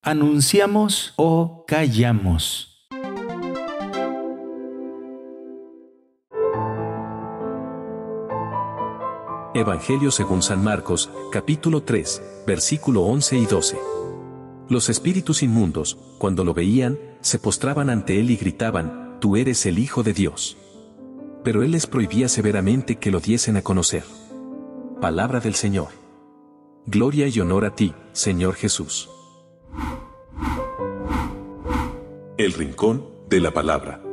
¿Anunciamos o callamos? Evangelio según San Marcos, capítulo 3, versículo 11 y 12. Los espíritus inmundos, cuando lo veían, se postraban ante él y gritaban: «Tú eres el Hijo de Dios». Pero él les prohibía severamente que lo diesen a conocer. Palabra del Señor. Gloria y honor a ti, Señor Jesús. El rincón de la palabra.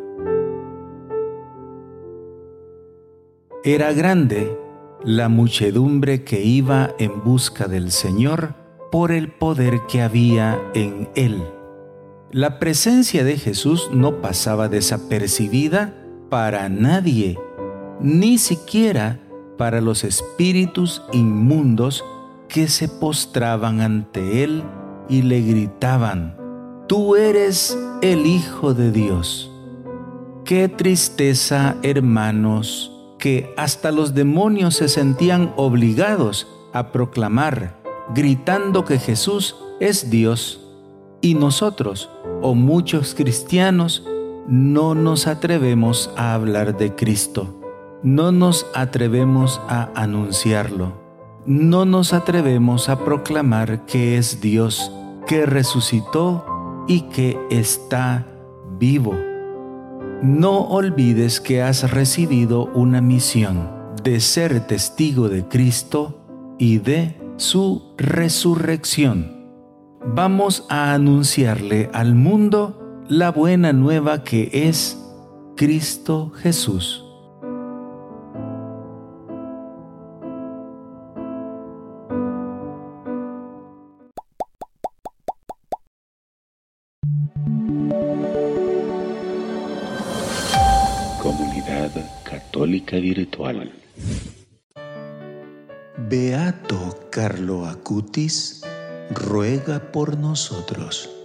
Era grande la muchedumbre que iba en busca del Señor por el poder que había en él. La presencia de Jesús no pasaba desapercibida para nadie, ni siquiera para los espíritus inmundos que se postraban ante él y le gritaban: «Tú eres el Hijo de Dios». Qué tristeza, hermanos, que hasta los demonios se sentían obligados a proclamar, gritando que Jesús es Dios. Y nosotros, o muchos cristianos, no nos atrevemos a hablar de Cristo. No nos atrevemos a anunciarlo. No nos atrevemos a proclamar que es Dios, que resucitó y que está vivo. No olvides que has recibido una misión de ser testigo de Cristo y de su resurrección. Vamos a anunciarle al mundo la buena nueva que es Cristo Jesús. Comunidad Católica Virtual. Beato Carlo Acutis, ruega por nosotros.